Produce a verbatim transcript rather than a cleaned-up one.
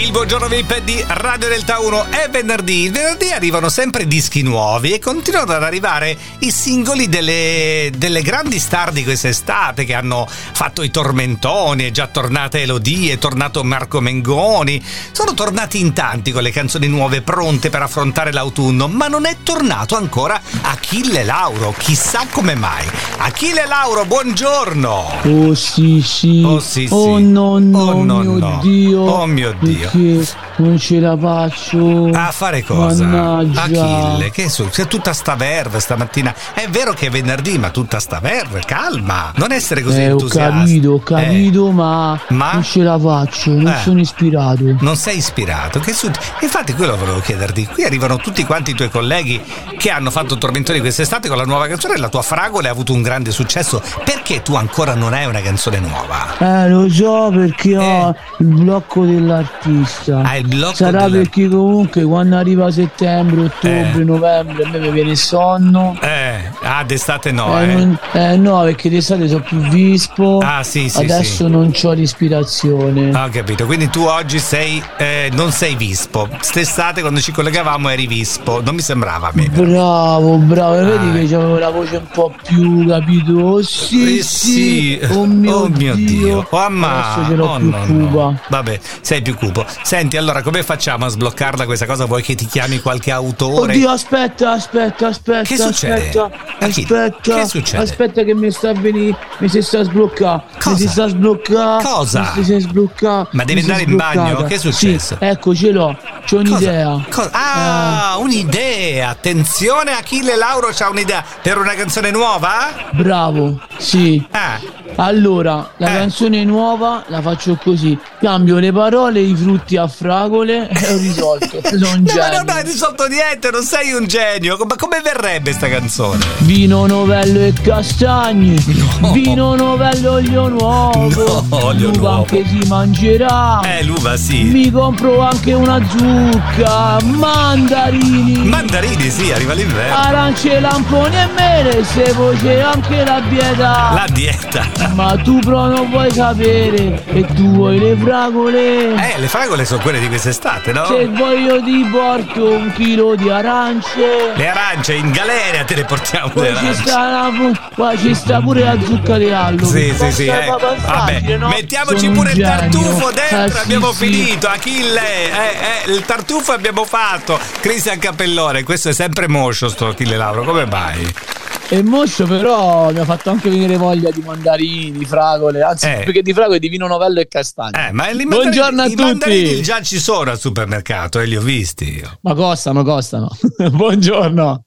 Il buongiorno V I P di Radio Delta uno. È venerdì. Il venerdì arrivano sempre dischi nuovi e continuano ad arrivare i singoli delle, delle grandi star di quest'estate che hanno fatto i tormentoni. È già tornata Elodie, è tornato Marco Mengoni. Sono tornati in tanti con le canzoni nuove pronte per affrontare l'autunno, ma non è tornato ancora Achille Lauro. Chissà come mai. Achille Lauro, buongiorno. Oh sì sì. Oh sì sì. Oh no no, oh, no, mio no. Dio. Oh mio Dio. Perché non ce la faccio a fare cosa? Mannaggia. Achille, che su, c'è tutta sta verve stamattina. È vero che è venerdì, ma tutta sta verve, calma, non essere così eh, entusiasta. Ho capito, ho capito, eh. ma, ma non ce la faccio, non eh. sono ispirato. Non sei ispirato? Che su... Infatti quello volevo chiederti. Qui arrivano tutti quanti i tuoi colleghi che hanno fatto tormentoni quest'estate con la nuova canzone e la tua Fragole ha avuto un grande successo. Perché tu ancora non hai una canzone nuova? Eh, lo so, perché eh. ho il blocco dell'artista. Ah, il blocco Sarà della... perché comunque quando arriva settembre, ottobre, eh. novembre a me mi viene sonno. Eh, ah, d'estate no, eh. eh. Non... eh no, perché d'estate sono più vispo. Ah, sì, sì, adesso sì. non c'ho l'ispirazione. Ah, ho capito. Quindi tu oggi sei eh, non sei vispo. St'estate quando ci collegavamo eri vispo. Non mi sembrava a me. Bravo, bravo. Ah. Vedi che eh. avevo la voce un po' più, capito? Oh, sì, eh, sì. sì. Oh mio, oh mio Dio. Dio. Oh, ma... Adesso ce l'ho oh, più no, cupa. No. Vabbè, sei più cupo. Senti, allora come facciamo a sbloccarla questa cosa? Vuoi che ti chiami qualche autore? Oddio, aspetta, aspetta, aspetta. Che succede? Aspetta, aspetta, che succede? Aspetta che mi sta a venire, mi si sta a sbloccare. Cosa? Mi si sta a sbloccare. Cosa? Mi si è sbloccata. Ma devi andare in bagno? Che è successo? Sì, ecco, ce l'ho. C'ho un'idea. Cosa? Cosa? Ah, eh. un'idea. Attenzione, Achille Lauro c'ha un'idea per una canzone nuova? Bravo, sì. Ah. Allora, la eh. canzone nuova la faccio così: cambio le parole, i frutti a fragole e ho risolto. Sono un no, genio. ma non hai risolto niente, non sei un genio. Ma come verrebbe sta canzone? Vino, novello e castagni. No. Vino, novello, olio nuovo. No, olio l'uva nuovo. Anche si mangerà. Eh, l'uva sì. Mi compro anche una zucca. Mandarini. Mandarini, sì, arriva l'inverno. Arance, lamponi e mele. Se voce anche la dieta. La dieta. Ma tu però non vuoi sapere. E tu vuoi le fragole. Eh, le fragole sono quelle di quest'estate, no? Se voglio ti porto un chilo di arance. Le arance in galera te le portiamo. Poi le ci arance. sta, la, poi ci sta pure la zucca di allo. Sì, sì, sì. Eh. Vabbè, no? Mettiamoci Sono pure il tartufo dentro. Eh, abbiamo sì, finito, sì. Achille. Eh, eh, il tartufo abbiamo fatto. Cristian Cappellone, questo è sempre moscio sto Achille Lauro, come mai? È moscio, però mi ha fatto anche venire voglia di mandarini, di fragole, anzi eh. perché di fragole di vino, novello e castagno. Eh, ma buongiorno a i tutti. I mandarini già ci sono al supermercato e li ho visti io. Ma costano, costano. Buongiorno.